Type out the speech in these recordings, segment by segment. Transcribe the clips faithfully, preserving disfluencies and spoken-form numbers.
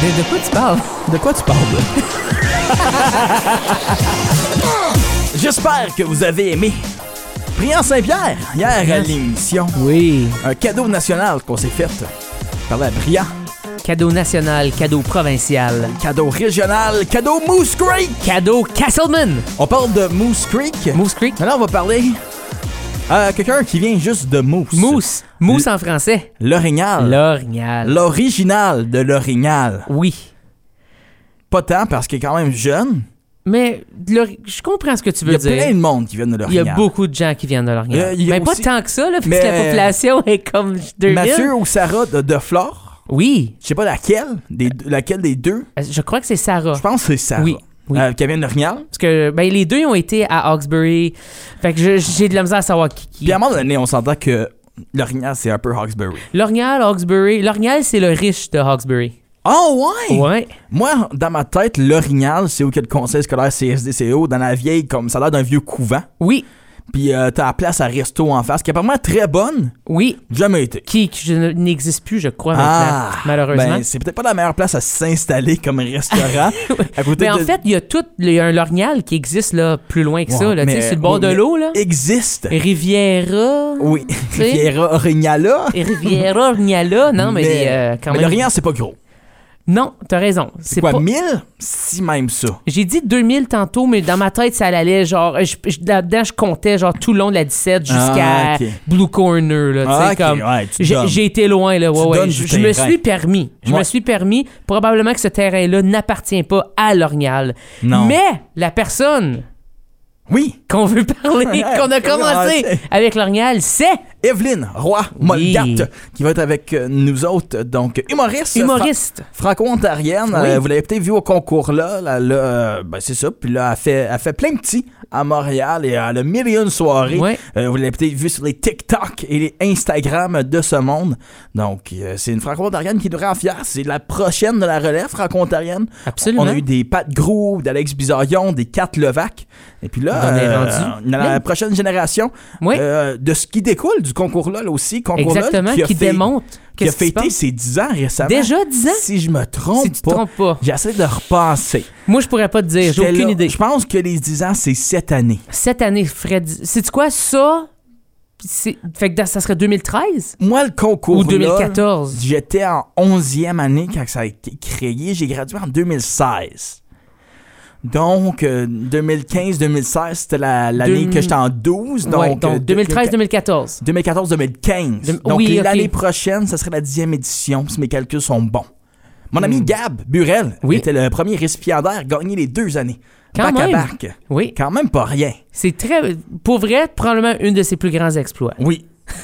De, de quoi tu parles? De quoi tu parles? J'espère que vous avez aimé Priant Saint-Pierre, hier à l'émission. Oui. Un cadeau national qu'on s'est fait par la Briand. Cadeau national, cadeau provincial. Cadeau régional, cadeau Moose Creek. Cadeau Castleman. On parle de Moose Creek. Moose Creek. Maintenant, on va parler à quelqu'un qui vient juste de Moose. Moose. Moose en français. L'Orignal. L'Orignal. L'original de l'Orignal. Oui. Pas tant parce qu'il est quand même jeune. Mais je comprends ce que tu veux dire. Il y a plein de monde qui viennent de l'Orignal. Il y a beaucoup de gens qui viennent de l'Orignal. Euh, mais aussi... pas tant que ça, là, parce mais... que la population est comme deux mille. Mathieu ou Sarah de, de Flore. Oui. Je sais pas laquelle, des, laquelle des deux. Je crois que c'est Sarah. Je pense que c'est Sarah. Oui. Oui. Euh, qui vient de l'Orignal. Parce que ben, les deux ils ont été à Hawkesbury. Fait que je, j'ai de la misère à savoir qui. qui... Puis à un moment donné, on s'entend que l'Orignal, c'est un peu Hawkesbury. L'Orignal, Hawkesbury. L'Orignal, c'est le riche de Hawkesbury. Oh ouais? Ouais. Moi, dans ma tête, l'Orignal, c'est où qu'il y a le conseil scolaire C S D C O, dans la vieille, comme ça a l'air d'un vieux couvent. Oui. Puis euh, t'as la place à resto en face, qui est apparemment très bonne. Oui. Jamais été. Qui, qui je, n'existe plus, je crois, ah, maintenant, malheureusement. Ben, c'est peut-être pas la meilleure place à s'installer comme restaurant. à côté mais en de... fait, il y a tout, il y a un L'Orignal qui existe là, plus loin que ouais, ça, là, mais, tu sais, sur le bord oui, de l'eau, là. Existe. Riviera. Oui. Riviera Orignala. Riviera Orignala, non, mais, mais euh, quand mais même. l'Orignal, c'est pas gros. Non, t'as raison. C'est, c'est quoi, pas... mille? Si même ça. J'ai dit deux mille tantôt, mais dans ma tête, ça allait genre... Je, je, là-dedans, je comptais genre tout le long de la dix-sept jusqu'à ah, okay. Blue Corner, là, tu ah, sais, okay, comme... ouais, j'ai, j'ai été loin, là, ouais, tu ouais. Je, je me suis permis. Je ouais. me suis permis. Probablement que ce terrain-là n'appartient pas à l'Orignal. Non. Mais la personne... Oui. Qu'on veut parler, qu'on a commencé avec l'Orignal, c'est... Evelyne Roy-Molgat, oui. qui va être avec nous autres, donc humoriste. Humoriste. Fra- franco-ontarienne. Oui. Euh, vous l'avez peut-être vu au concours-là. Là, là euh, ben c'est ça. Puis là, elle fait, elle fait plein de petits à Montréal et elle a mille et une soirées. Oui. Euh, vous l'avez peut-être vu sur les TikTok et les Instagram de ce monde. Donc, euh, c'est une franco-ontarienne qui devrait en fière. C'est la prochaine de la relève franco-ontarienne. Absolument. On a eu des Pat Grou, d'Alex Bizarion, des Kat Levac. Et puis là, on est euh, rendu. dans la oui. prochaine génération, oui. euh, de ce qui découle du concours-là là aussi. Concours-là exactement, qui, a qui fait, démontre. Qui a fêté ses dix ans récemment. Déjà dix ans? Si je me trompe si tu pas. te trompes pas. J'essaie de repenser. Moi, je pourrais pas te dire. J'ai J'étais aucune là, idée. Je pense que les dix ans, c'est cette année. Cette année, Fred. C'est quoi ça? C'est... Fait que ça serait deux mille treize? Moi, le concours. Ou deux mille quatorze? Là, j'étais en onzième année quand ça a été créé. J'ai gradué en deux mille seize. Donc, euh, deux mille quinze deux mille seize, c'était la, l'année Deux... que j'étais en douze. Donc, ouais, donc euh, deux mille treize deux mille quatorze. deux mille quatorze deux mille quinze. De... Donc, oui, l'année okay. prochaine, ça serait la dixième édition, si mes calculs sont bons. Mon ami mm. Gab Burel oui. était le premier récipiendaire, gagné les deux années. Quand bac même. à bac. Oui. Quand même pas rien. C'est très... Pour vrai, probablement une de ses plus grands exploits. Oui.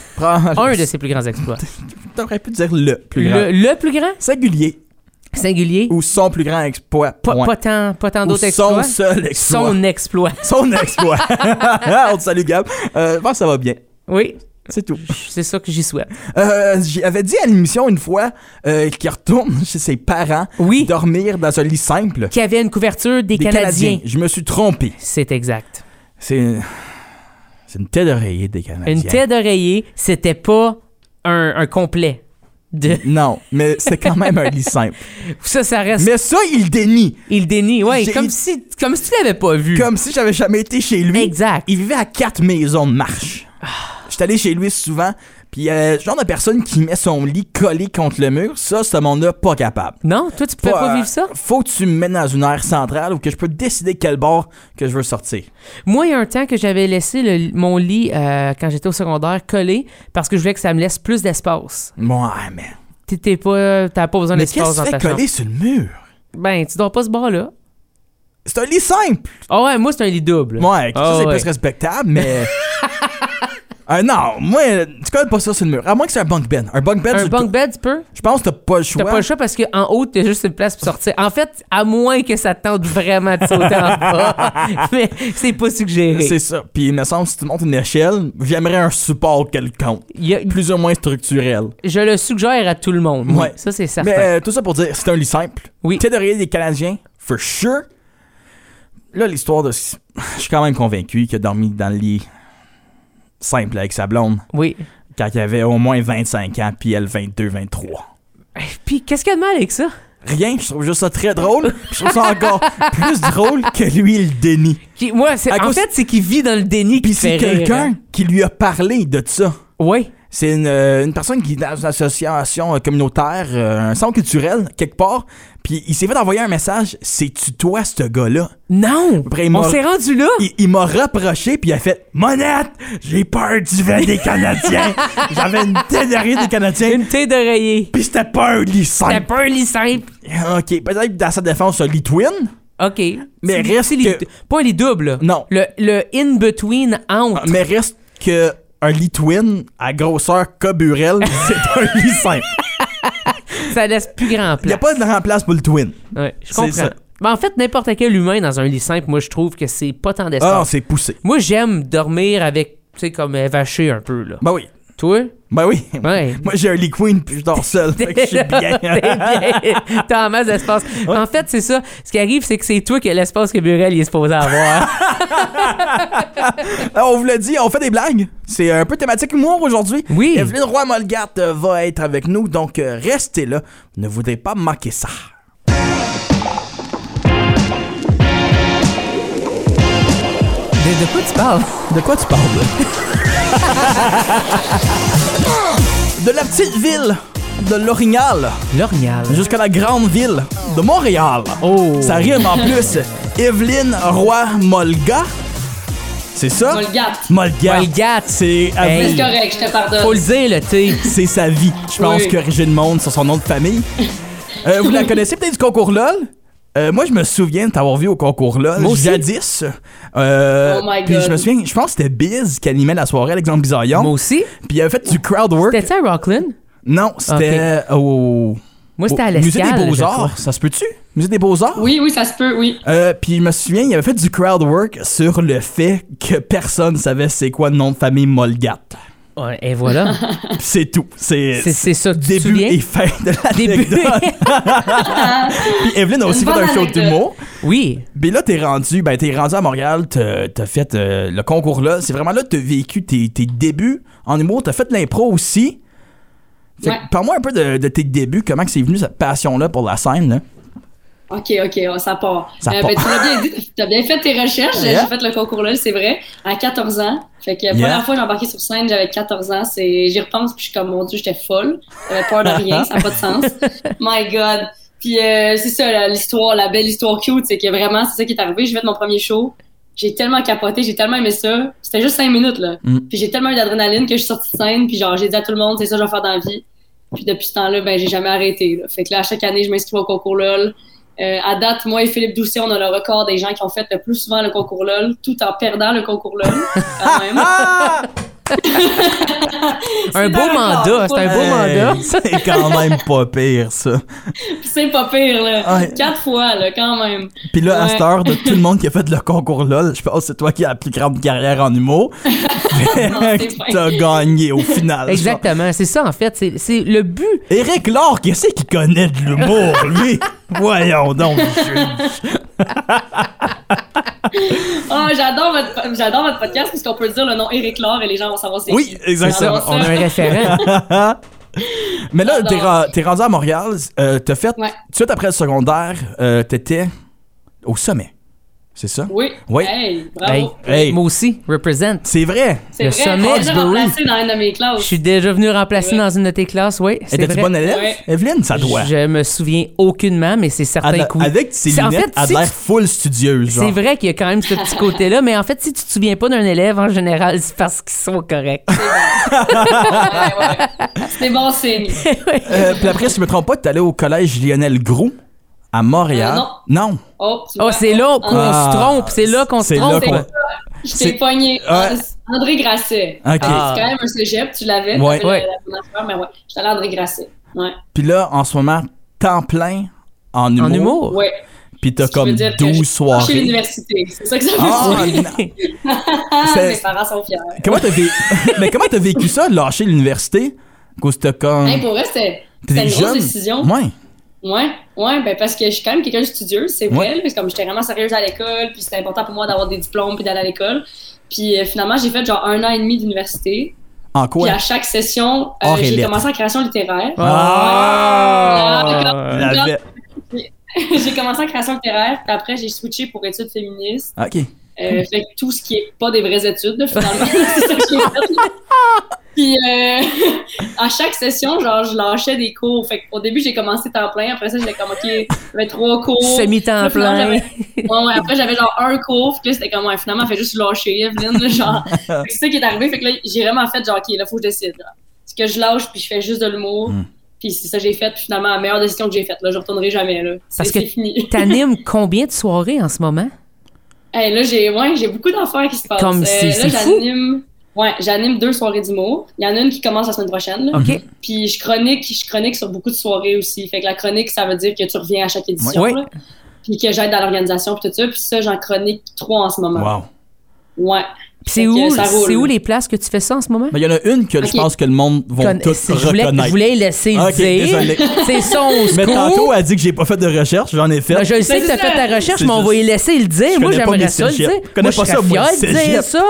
Un de ses plus grands exploits. T'aurais pu dire le plus grand. Le, le plus grand? Singulier. Singulier. Ou son plus grand exploit. Pas, pas, tant, pas tant d'autres exploits. Son seul exploit. Son exploit. Son exploit. On te salue, Gab. Euh, je pense que ça va bien. Oui. C'est tout. C'est ça que j'y souhaite. Euh, j'avais dit à l'émission une fois euh, qu'il retourne chez ses parents oui. dormir dans un lit simple. Qui avait une couverture des, des Canadiens. Canadiens. Je me suis trompé. C'est exact. C'est, c'est une tête d'oreiller des Canadiens. Une tête d'oreiller, c'était pas un, un complet. De... Non, mais c'est quand même un lit simple. Ça, ça reste... Mais ça, il dénie. Il dénie, oui. Comme si, comme si tu l'avais pas vu. Comme si j'avais jamais été chez lui. Exact. Il vivait à quatre maisons de marche. J'étais allé chez lui souvent, puis euh, genre de personne qui met son lit collé contre le mur, ça, ce monde-là, pas capable. Non, toi, tu peux pas, pas vivre ça? Faut que tu me mettes dans une aire centrale où que je peux décider quel bord que je veux sortir. Moi, il y a un temps que j'avais laissé le, mon lit, euh, quand j'étais au secondaire, collé, parce que je voulais que ça me laisse plus d'espace. Ouais, mais... T'es pas, t'as pas besoin mais d'espace dans ta chambre. Mais qu'est-ce que tu fais coller sur le mur? Ben, tu dors pas ce bord-là. C'est un lit simple! Ah oh ouais, moi, c'est un lit double. Ouais, ça, oh c'est ouais. plus respectable, mais... Euh, non, moi, tu colles pas ça sur le mur. À moins que c'est un bunk bed. Un bunk bed, un bunk bed, tu peux? Je pense que t'as pas le choix. T'as pas le choix parce qu'en haut, t'as juste une place pour sortir. En fait, à moins que ça te tente vraiment de sauter en bas. Mais c'est pas suggéré. C'est ça. Puis il me semble que si tu montes une échelle, j'aimerais un support quelconque. A... Plus ou moins structurel. Je le suggère à tout le monde. Ouais. Oui, ça, c'est certain. Mais euh, tout ça pour dire, c'est un lit simple. Oui. Tête d'oreiller des Canadiens, for sure. Là, l'histoire de... Je suis quand même convaincu qu'il a dormi dans le lit... simple avec sa blonde. Oui. Quand il avait au moins vingt-cinq ans, puis elle vingt-deux vingt-trois. Puis qu'est-ce qu'il y a de mal avec ça? Rien, je trouve juste ça très drôle. Je trouve ça encore plus drôle que lui, le déni. Qui, moi, c'est, en cause... fait, c'est qu'il vit dans le déni. Puis c'est quelqu'un rire. qui lui a parlé de ça. Oui. C'est une, une personne qui est dans une association communautaire, un centre culturel, quelque part. Puis il s'est fait envoyer un message. C'est-tu toi, ce gars-là? Non! Après, on s'est rendu là? Il, il m'a reproché, puis il a fait « Monette, j'ai peur du vin des Canadiens. » J'avais une tête d'oreiller des Canadiens. Une tête d'oreiller. Puis c'était pas un lit simple. C'était pas un lit simple. OK, peut-être dans sa défense, un lit twin. OK. Mais reste que... lit, pas un lit double, là. Non. Le, le in-between entre. Mais reste que un lit twin à grosseur Coburel, c'est un lit simple. Ça laisse plus grand place. Il n'y a pas de grand place pour le twin. Ouais, je comprends. Ça. Ben, en fait, n'importe quel humain dans un lit simple, moi, je trouve que c'est pas tant d'espace. Ah, c'est poussé. Moi, j'aime dormir avec, tu sais, comme vaché un peu, là. Ben oui. Toi? Ben oui. Ouais. Moi, j'ai un lit queen puis je dors seul. Fait que je suis bien. bien. T'as en masse d'espace. Ouais. En fait, c'est ça. Ce qui arrive, c'est que c'est toi qui as l'espace que Burel est supposé avoir. On vous l'a dit, on fait des blagues. C'est un peu thématique humour aujourd'hui. Oui. Evelyne Roy-Molgat va être avec nous, donc restez là. Ne voudrez pas manquer ça. De, de quoi tu parles? De quoi tu parles? De la petite ville de L'Orignal. L'Orignal. Jusqu'à la grande ville de Montréal. Oh. Ça rime en plus. Evelyne Roy-Molgat. C'est ça? Molgat. Molgat. Molgat. C'est hey. C'est correct, je te pardonne. Faut le dire, là, tu sais. C'est sa vie. Je pense oui. corriger le monde sur son nom de famille. euh, vous la connaissez peut-être du concours LOL? Euh, moi, je me souviens de t'avoir vu au concours là, jadis. Euh, oh my God. Puis je me souviens, je pense que c'était Biz qui animait la soirée, Alexandre Bizarillon. Moi aussi. Puis il avait fait du crowd work. C'était ça à Rockland? Non, c'était okay. au... Moi, c'était à l'Escale. Musée des Beaux-Arts, ça se peut-tu? Musée des Beaux-Arts? Oui, oui, ça se peut, oui. Euh, puis je me souviens, il avait fait du crowd work sur le fait que personne savait c'est quoi le nom de famille Molgat. Ouais, et voilà. C'est tout. C'est, c'est, c'est ça que début tu te souviens? Et fin de l'anecdote. Puis Evelyne a aussi fait un show d'humour. Oui. Puis là, t'es rendu, ben, t'es rendu à Montréal, t'as, t'as fait euh, le concours là. C'est vraiment là que t'as vécu tes, tes débuts en humour. T'as fait de l'impro aussi. Fait ouais. Parle-moi un peu de, de tes débuts. Comment que c'est venu cette passion-là pour la scène, là? OK, OK, ça part. Ça euh, part. Ben, tu l'as bien dit, t'as bien fait tes recherches. Yeah. J'ai fait le concours là, c'est vrai, à quatorze ans. Fait que la yeah. première fois que j'ai embarqué sur scène, j'avais quatorze ans. C'est... J'y repense, puis je suis comme, mon Dieu, j'étais folle. J'avais peur de rien, ça n'a pas de sens. My God. Puis euh, c'est ça, là, l'histoire, la belle histoire cute, c'est que vraiment, c'est ça qui est arrivé. J'ai fait mon premier show. J'ai tellement capoté, j'ai tellement aimé ça. C'était juste cinq minutes, là. Mm. Puis j'ai tellement eu d'adrénaline que je suis sortie de scène, puis genre, j'ai dit à tout le monde, c'est ça que je vais faire dans la vie. Puis depuis ce temps-là, ben, j'ai jamais arrêté, là. Fait que là, à chaque année, je m'inscris au concours LOL. Euh, à date, moi et Philippe Doucet, on a le record des gens qui ont fait le plus souvent le concours LOL, tout en perdant le concours LOL, quand même. un beau un mandat, c'est un beau hey, mandat. C'est quand même pas pire, ça. C'est pas pire, là. Ouais. Quatre fois, là, quand même. Puis là, ouais. à cette heure, de tout le monde qui a fait le concours LOL, je pense que c'est toi qui as la plus grande carrière en humour. non, t'as gagné au final. Exactement, c'est ça, en fait. C'est, c'est le but. Éric Laure, qu'est-ce qu'il connaît de l'humour, lui? Voyons donc, oh, j'adore votre, j'adore votre podcast parce qu'on peut dire le nom Éric Laure et les gens vont savoir c'est oui, qui. Oui, exactement. On a un référent. Mais là, t'es, ra- t'es rendu à Montréal. Euh, t'as fait, ouais. tout de suite après le secondaire, euh, t'étais au sommet. C'est ça? Oui. Oui. Hey, bravo. Hey, hey. Moi aussi, represent. C'est vrai. C'est le vrai. Sommet. Je suis déjà remplacé dans une de mes classes. Je suis déjà venu remplacer ouais. dans une de tes classes, oui. Étais-tu bonne élève, ouais. Evelyne? Ça doit. Je me souviens aucunement, mais c'est certain Ad- que oui. Avec ses lunettes, en fait, elle a l'air full studieuse. Genre. C'est vrai qu'il y a quand même ce petit côté-là, mais en fait, si tu te souviens pas d'un élève, en général, c'est parce qu'ils sont corrects. C'est bon. ouais, ouais. C'est bon signe. euh, puis après, si je me trompe pas, t'es allé au collège Lionel Groulx. À Montréal? Euh, non. Non. Oh, oh c'est là qu'on ah, se trompe. C'est là qu'on se trompe. Là qu'on... Je t'ai pogné. Ouais. André Grasset. Okay. Ah. C'est quand même un cégep, tu l'avais. Ouais. ouais. La, la fois, mais ouais. J'étais allé à André Grasset. Ouais. Puis là, en ce moment, temps plein en humour. En humour? Ouais. Puis t'as comme douze soirées. Chez l'université. C'est ça que ça veut ah, dire. Mes parents sont fiers. Comment t'as, vé... mais comment t'as vécu ça, lâcher l'université? Parce que t'as comme... Hey, pour vrai, c'était, c'était une jeune. grosse décision. Ouais. Ouais, ouais, ben parce que je suis quand même quelqu'un de studieux, c'est vrai, ouais. Parce que comme j'étais vraiment sérieuse à l'école, puis c'était important pour moi d'avoir des diplômes puis d'aller à l'école. Puis euh, finalement, j'ai fait genre un an et demi d'université. En quoi? Puis à chaque session, euh, j'ai commencé en création littéraire. Ah! ah, ah j'ai commencé en création littéraire, puis après, j'ai switché pour études féministes. OK. Euh, fait que tout ce qui est pas des vraies études, là, finalement, c'est ça que j'ai fait. Puis euh, à chaque session, genre, je lâchais des cours. Fait qu'au début, j'ai commencé temps plein. Après ça, j'étais comme, OK, j'avais trois cours. Semi-temps plein. Ouais, ouais, après, j'avais genre un cours. Puis là, c'était comme, ouais, finalement, fait juste lâcher, Evelyne. Là, genre, c'est ça qui est arrivé. Fait que là, j'ai vraiment fait, genre, OK, là, faut que je décide. Est-ce que je lâche, puis je fais juste de l'humour. Mm. Puis c'est ça que j'ai fait. Puis finalement, la meilleure décision que j'ai faite. Là, je retournerai jamais. Là. Parce c'est, que c'est fini. T'animes combien de soirées en ce moment? Hey, là, j'ai, ouais, j'ai beaucoup d'affaires qui se passent. Comme si, euh, c'est là, j'anime. Fou. Ouais, j'anime deux soirées d'humour. Il y en a une qui commence la semaine prochaine. Là. OK. Puis je chronique, je chronique sur beaucoup de soirées aussi. Fait que la chronique, ça veut dire que tu reviens à chaque édition. Ouais. Là. Puis que j'aide dans l'organisation puis tout ça. Puis ça, j'en chronique trois en ce moment. Wow. Ouais. C'est où, c'est où les places que tu fais ça en ce moment? Il y en a une que okay. je pense que le monde va Con- tous je voulais, reconnaître. Je voulais laisser okay, dire. Désolé. C'est son scoop. Mais tantôt, elle dit que j'ai pas fait de recherche. J'en ai fait. Ben, je sais que t'as fait ta recherche, c'est mais on va y laisser le dire. Moi, j'aimerais ça le dire. Je connais moi, pas je ça, moi, fière de dire ça.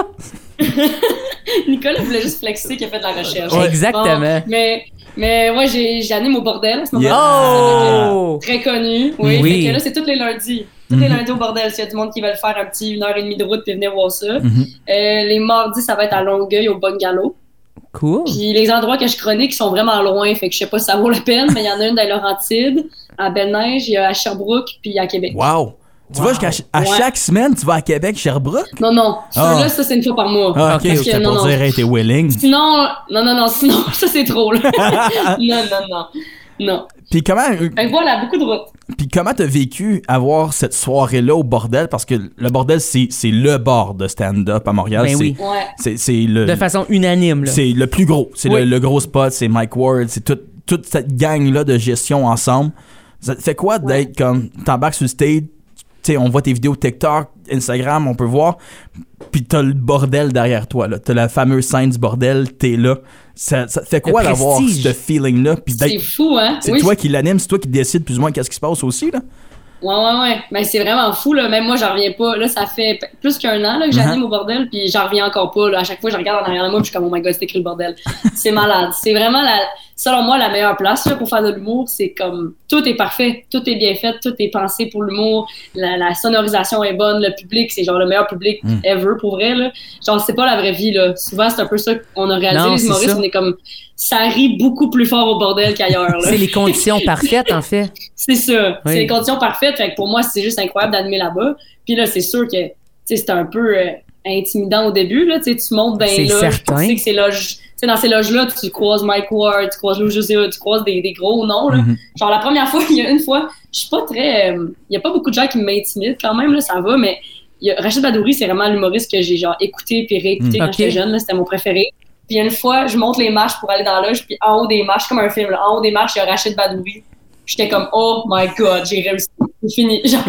Nicolas voulait juste flexer qu'il a fait de la recherche. Ouais. Exactement. Bon, mais, mais ouais, j'ai, j'anime au bordel à ce moment-là. Yeah. Oh! Très connu. Oui. oui. Fait que là, c'est tous les lundis. Tous les lundis au bordel, s'il y a du monde qui veut le faire un petit une heure et demie de route puis venir voir ça. Mm-hmm. Euh, les mardis, ça va être à Longueuil, au Bungalow. Cool. Puis les endroits que je chronique sont vraiment loin, fait que je sais pas si ça vaut la peine, mais il y en a une dans Laurentides, à Belle-Neige, il y a à Sherbrooke, puis à Québec. Wow! Tu wow. vas jusqu'à ch- à ouais. chaque semaine, tu vas à Québec, Sherbrooke? Non, non. Ceux-là, oh. ça, c'est une fois par mois. Ah, OK, c'était pour non, dire, hey, t'es willing. Sinon, non, non, non, sinon, ça, c'est trop, là. non, non, non. Non. Puis comment... Fait que voilà, beaucoup de routes. Puis comment t'as vécu avoir cette soirée-là au bordel? Parce que le bordel, c'est, c'est le bar de stand-up à Montréal. Ben c'est, oui. Ouais. C'est, c'est le, de façon unanime. Là. C'est le plus gros. C'est oui. le, le gros spot, c'est Mike Ward, c'est tout, toute cette gang-là de gestion ensemble. Ça te fait quoi d'être ouais. comme... T'embarques sur le stage, tu sais, on voit tes vidéos TikTok, Instagram, on peut voir, puis t'as le bordel derrière toi, là. T'as la fameuse scène du bordel, t'es là. Ça, ça te fait quoi d'avoir ce feeling-là? Puis c'est fou, hein? C'est oui. toi qui l'anime, c'est toi qui décides plus ou moins qu'est-ce qui se passe aussi, là? Ouais, ouais, ouais. Mais c'est vraiment fou, là. Même moi, j'en reviens pas. Là, ça fait plus qu'un an là, que j'anime uh-huh. au bordel, puis j'en reviens encore pas. Là. À chaque fois, je regarde en arrière de moi, puis je suis comme, oh my god, c'est écrit le bordel. C'est malade. C'est vraiment, la, selon moi, la meilleure place là, pour faire de l'humour. C'est comme, tout est parfait, tout est bien fait, tout est pensé pour l'humour. La, la sonorisation est bonne, le public, c'est genre le meilleur public mm. ever, pour vrai. Là. Genre, c'est pas la vraie vie, là. Souvent, c'est un peu ça qu'on a réalisé, non, les humoristes. Ça. On est comme, ça rit beaucoup plus fort au bordel qu'ailleurs. Là. C'est les conditions parfaites, en fait. C'est ça. Oui. C'est les conditions parfaites. Fait que pour moi, c'est juste incroyable d'animer là-bas. Puis là, c'est sûr que c'est un peu euh, intimidant au début. Là, tu montes dans les loges. Tu sais que ces loges. T'sais, dans ces loges-là, tu croises Mike Ward, tu croises Lou José, tu croises des, des gros noms. Là. Mm-hmm. Genre, la première fois, il y a une fois, je suis pas très. Il euh, y a pas beaucoup de gens qui m'intimident quand même, là, ça va, mais y a, Rachid Badouri, c'est vraiment l'humoriste que j'ai genre écouté puis réécouté mm. quand okay. j'étais jeune. Là, c'était mon préféré. Puis une fois, je monte les marches pour aller dans la loge, puis en haut des marches, comme un film, là, en haut des marches, il y a Rachid Badouri. J'étais comme, oh my god, j'ai réussi. C'est fini. Genre...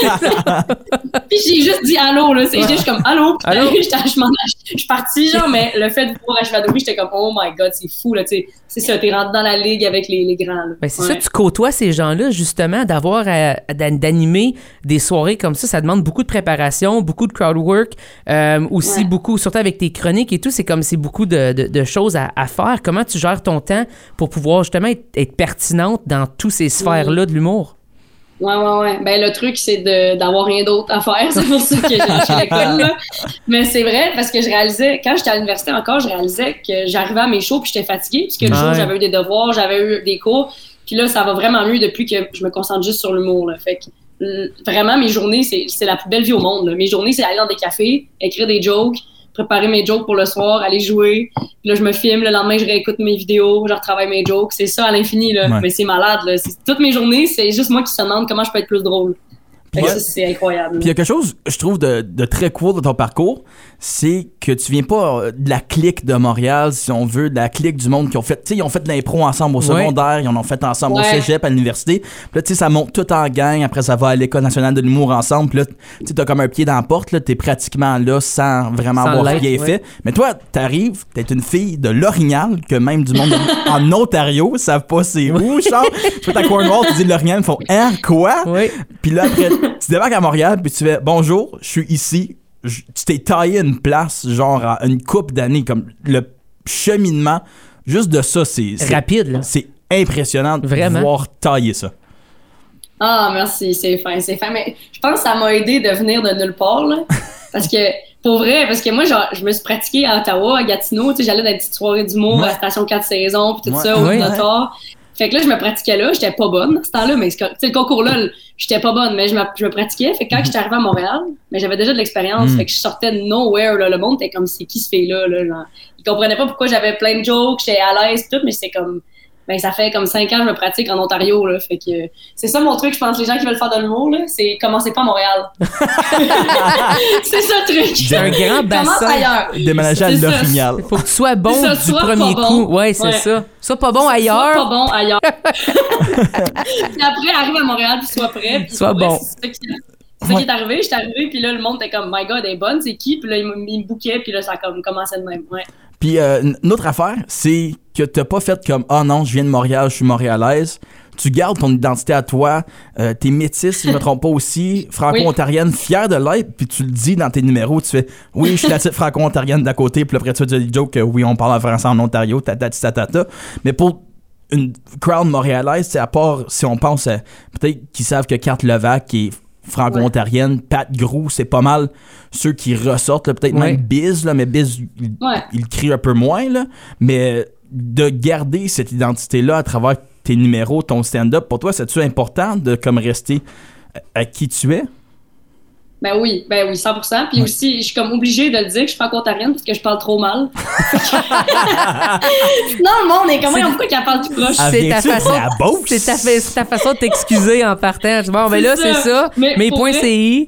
puis j'ai juste dit allô, là. C'est, je suis comme, allô. Puis allô? Je suis partie, genre, mais le fait de voir Rachid Badouri, j'étais comme, oh my god, c'est fou, là. Tu sais, c'est ça, t'es rentré dans la ligue avec les, les grands, là. Ben, c'est ouais. ça, tu côtoies ces gens-là, justement, d'avoir à, d'animer des soirées comme ça. Ça demande beaucoup de préparation, beaucoup de crowd work, euh, aussi ouais. beaucoup, surtout avec tes chroniques et tout. C'est comme, c'est beaucoup de, de, de choses à, à faire. Comment tu gères ton temps pour pouvoir, justement, être, être pertinente dans tous ces sphères-là de l'humour? Ouais, ouais, ouais. Ben, le truc, c'est de, d'avoir rien d'autre à faire. C'est pour ça que j'ai lâché l'école, là. Mais c'est vrai, parce que je réalisais, quand j'étais à l'université encore, je réalisais que j'arrivais à mes shows puis j'étais fatiguée, parce que le ouais. jour, j'avais eu des devoirs, j'avais eu des cours. Puis là, ça va vraiment mieux depuis que je me concentre juste sur l'humour, là. Fait que, vraiment, mes journées, c'est, c'est la plus belle vie au monde, là. Mes journées, c'est aller dans des cafés, écrire des jokes, préparer mes jokes pour le soir, aller jouer. Puis là, je me filme. Le lendemain, je réécoute mes vidéos. Je retravaille mes jokes. C'est ça à l'infini, là. Ouais. Mais c'est malade, là. C'est, toutes mes journées, c'est juste moi qui se demande comment je peux être plus drôle. Fait que ouais. ça, c'est incroyable. Puis il y a quelque chose, je trouve, de, de très cool dans ton parcours, c'est que tu viens pas de la clique de Montréal, si on veut, de la clique du monde qui ont fait, tu sais, ils ont fait de l'impro ensemble au secondaire, ouais. ils en ont fait ensemble ouais. au cégep, à l'université. Puis là, tu sais, ça monte tout en gang, après ça va à l'École nationale de l'humour ensemble, puis là, tu sais, t'as comme un pied dans la porte, là, t'es pratiquement là sans vraiment sans avoir rien ouais. fait. Mais toi, t'arrives, t'es une fille de l'Orignal, que même du monde en Ontario savent pas c'est où, genre. Tu fais à Cornwall, tu dis l'Orignal, ils font « Hein, quoi? Oui. » Puis là, après, tu débarques à Montréal, puis tu fais « Bonjour, je suis ici. » Je, tu t'es taillé une place, genre, à une couple d'années, comme le cheminement. Juste de ça, c'est... c'est rapide, là. C'est impressionnant de Vraiment? voir tailler ça. Ah, merci, c'est fin, c'est fin. Mais je pense que ça m'a aidé de venir de nulle part, là. Parce que, pour vrai, parce que moi, genre, je me suis pratiquée à Ottawa, à Gatineau, tu sais, j'allais dans des petites soirées d'humour ouais. à la Station quatre Saisons, puis tout ouais. ça, au ouais. Minotaur. Fait que là, je me pratiquais là, j'étais pas bonne à ce temps-là, mais tu sais, le concours-là, j'étais pas bonne, mais je me, je me pratiquais. Fait que quand mm-hmm. j'étais arrivée à Montréal, mais j'avais déjà de l'expérience, mm. fait que je sortais de nowhere, là. Le monde était comme, c'est qui ce fille-là, là, genre. Ils comprenaient pas pourquoi j'avais plein de jokes, j'étais à l'aise, tout, mais c'était comme, ben, ça fait comme cinq ans que je me pratique en Ontario, là. Fait que c'est ça mon truc, je pense, les gens qui veulent faire de l'humour, là, c'est commencez pas à Montréal. C'est ça le truc. C'est un grand bassin. Ailleurs. Déménager à l'orignal. Il faut que tu sois bon ça, du premier bon. coup. Ouais, c'est ouais. ça. Sois pas bon sois, ailleurs. Sois pas bon ailleurs. Puis après, arrive à Montréal, puis sois prêt. Puis sois bon. C'est ça qui, c'est ça qui est arrivé. J'étais arrivé, puis là, le monde était comme, my God, elle est bonne, c'est qui? Puis là, il me, il me bouquait, puis là, ça a comme commencé de même. Ouais. Puis euh, une autre affaire, c'est que t'as pas fait comme « Ah oh non, je viens de Montréal, je suis montréalaise ». Tu gardes ton identité à toi, euh, t'es métisse, si je me trompe pas aussi, franco-ontarienne, fière de l'être, puis tu le dis dans tes numéros, tu fais « Oui, je suis la petite franco-ontarienne d'à côté », puis après tu dis des jokes que oui, on parle en français en Ontario, tatati tatata. Mais pour une crowd montréalaise, à part si on pense à peut-être qu'ils savent que Kat Levac est franco-ontarienne, ouais. Pat Grou, c'est pas mal ceux qui ressortent, là, peut-être ouais. même Biz, là, mais Biz, il, ouais. il crie un peu moins, là, mais de garder cette identité-là à travers tes numéros, ton stand-up, pour toi, c'est-tu important de comme rester à qui tu es? Ben oui, ben oui, cent pour cent. Puis ouais. aussi, je suis comme obligée de le dire que je suis franco-ontarienne parce que je parle trop mal. Non, le monde est comment, pourquoi qu'elle parle tout proche? C'est ta façon, c'est ta, c'est ta façon de t'excuser en partant. Bon, ben là, c'est ça. Mais mes points C I.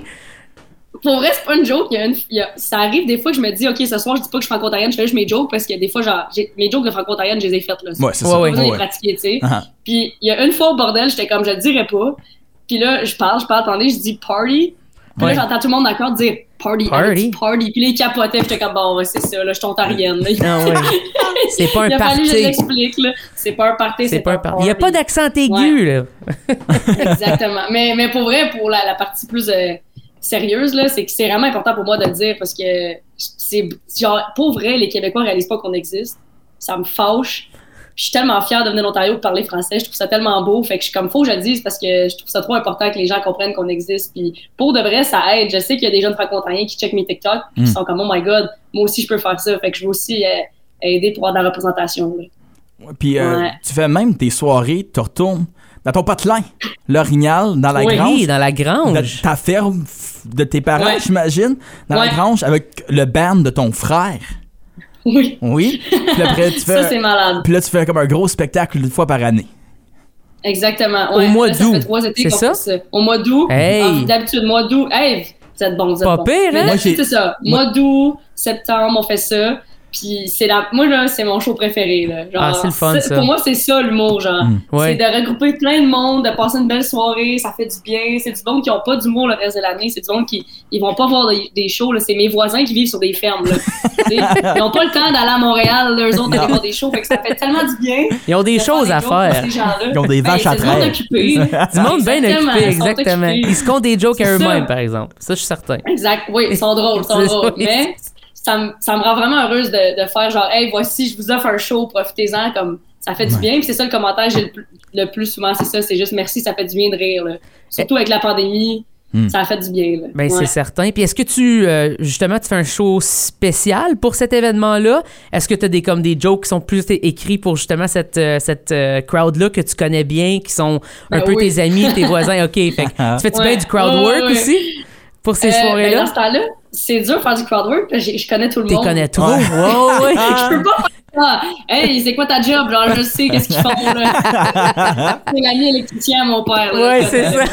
Pour vrai, c'est pas une joke. Il y a une, il y a, ça arrive des fois que je me dis, OK, ce soir, je dis pas que je suis franco-ontarienne, je fais juste mes jokes parce que des fois, genre, j'ai, mes jokes de franco-ontarienne, je les ai faites, là. Ouais, c'est ça. Ouais, ouais, les ouais. pratiquer, tu sais. Uh-huh. Puis, il y a une fois au bordel, j'étais comme, je le dirais pas. Puis là, je parle, je parle, attendez, je dis party. Puis ouais. là, j'entends tout le monde d'accord dire party, party. party. Puis là, ils capotaient, puis j'étais comme, bon, ouais, c'est ça, là, je suis ontarienne. Ah ouais. C'est pas un il a party. fallu que je l'explique, là. C'est pas un party, c'est, c'est pas un party. Il y a pas d'accent aigu, ouais. là. Exactement. Mais, mais pour vrai, pour la, la partie plus euh, sérieuse, là, c'est que c'est vraiment important pour moi de le dire parce que c'est, genre, pour vrai, les Québécois réalisent pas qu'on existe. Ça me fâche. Je suis tellement fière de venir d'Ontario de parler français. Je trouve ça tellement beau. Fait que je suis comme, faut que je le dise parce que je trouve ça trop important que les gens comprennent qu'on existe. Puis pour de vrai, ça aide. Je sais qu'il y a des jeunes franco-ontariens qui checkent mes TikTok mm. qui sont comme, oh my God, moi aussi, je peux faire ça. Fait que je veux aussi euh, aider pour avoir de la représentation. Là. Puis euh, ouais. tu fais même tes soirées, tu retournes dans ton patelin, l'Orignal, dans la oui, grange. Oui, dans la grange. De ta ferme de tes parents, ouais. j'imagine. Dans ouais. la grange avec le band de ton frère. Oui. Oui. Puis après, tu fais, ça, c'est malade. Puis là, tu fais comme un gros spectacle une fois par année. Exactement. Ouais. Au mois là, d'août. Ça fait trois étés c'est ça? ça? Au mois d'août. Hey. Ah, d'habitude, mois d'août. Hey, vous êtes bons, vous êtes Pas bons. pire, hein? Moi, c'est ça. Mois d'août, septembre, on fait ça. Puis c'est la... moi, là, c'est mon show préféré. Là. Genre, ah, c'est le fun, ça. Pour moi, c'est ça, l'humour, genre. Mm. Ouais. C'est de regrouper plein de monde, de passer une belle soirée, ça fait du bien. C'est du monde qui n'ont pas d'humour le reste de l'année. C'est du monde qui ils vont pas voir des, des shows. Là. C'est mes voisins qui vivent sur des fermes. Là. Ils n'ont pas le temps d'aller à Montréal, là, eux autres, d'aller voir des shows. Fait que ça fait tellement du bien. Ils ont des choses à faire. Ils ont des vaches ben, à traire. Du monde bien occupé, exactement. Ils se comptent des jokes à eux-mêmes, par exemple. Ça, je suis certain. Exact. Oui, ils sont drôles, ils sont drôles. Mais... Ça me, ça me rend vraiment heureuse de, de faire genre, hey, voici, je vous offre un show, profitez-en, comme ça fait du bien. Puis c'est ça le commentaire que j'ai le plus, le plus souvent, c'est ça, c'est juste merci, ça fait du bien de rire. Là. Surtout avec la pandémie, mm. ça a fait du bien. Là. Ben, ouais. c'est certain. Puis est-ce que tu, euh, justement, tu fais un show spécial pour cet événement-là? Est-ce que tu as des, comme des jokes qui sont plus écrits pour justement cette, euh, cette euh, crowd-là que tu connais bien, qui sont un ben peu oui. tes amis, tes voisins? OK, fait que tu fais-tu ouais. bien du crowd work oh, aussi? Ouais. Pour ces euh, soirées-là? Ben dans ce temps-là, c'est dur de faire du crowdwork, je, je connais tout le T'es monde. T'es connais trop? Ouais. Oh, ouais. Je peux pas faire ça. Hey, c'est quoi ta job? Genre, je sais qu'est-ce qu'ils font, là. C'est l'ami électricien à mon père, là. Ouais, c'est ça.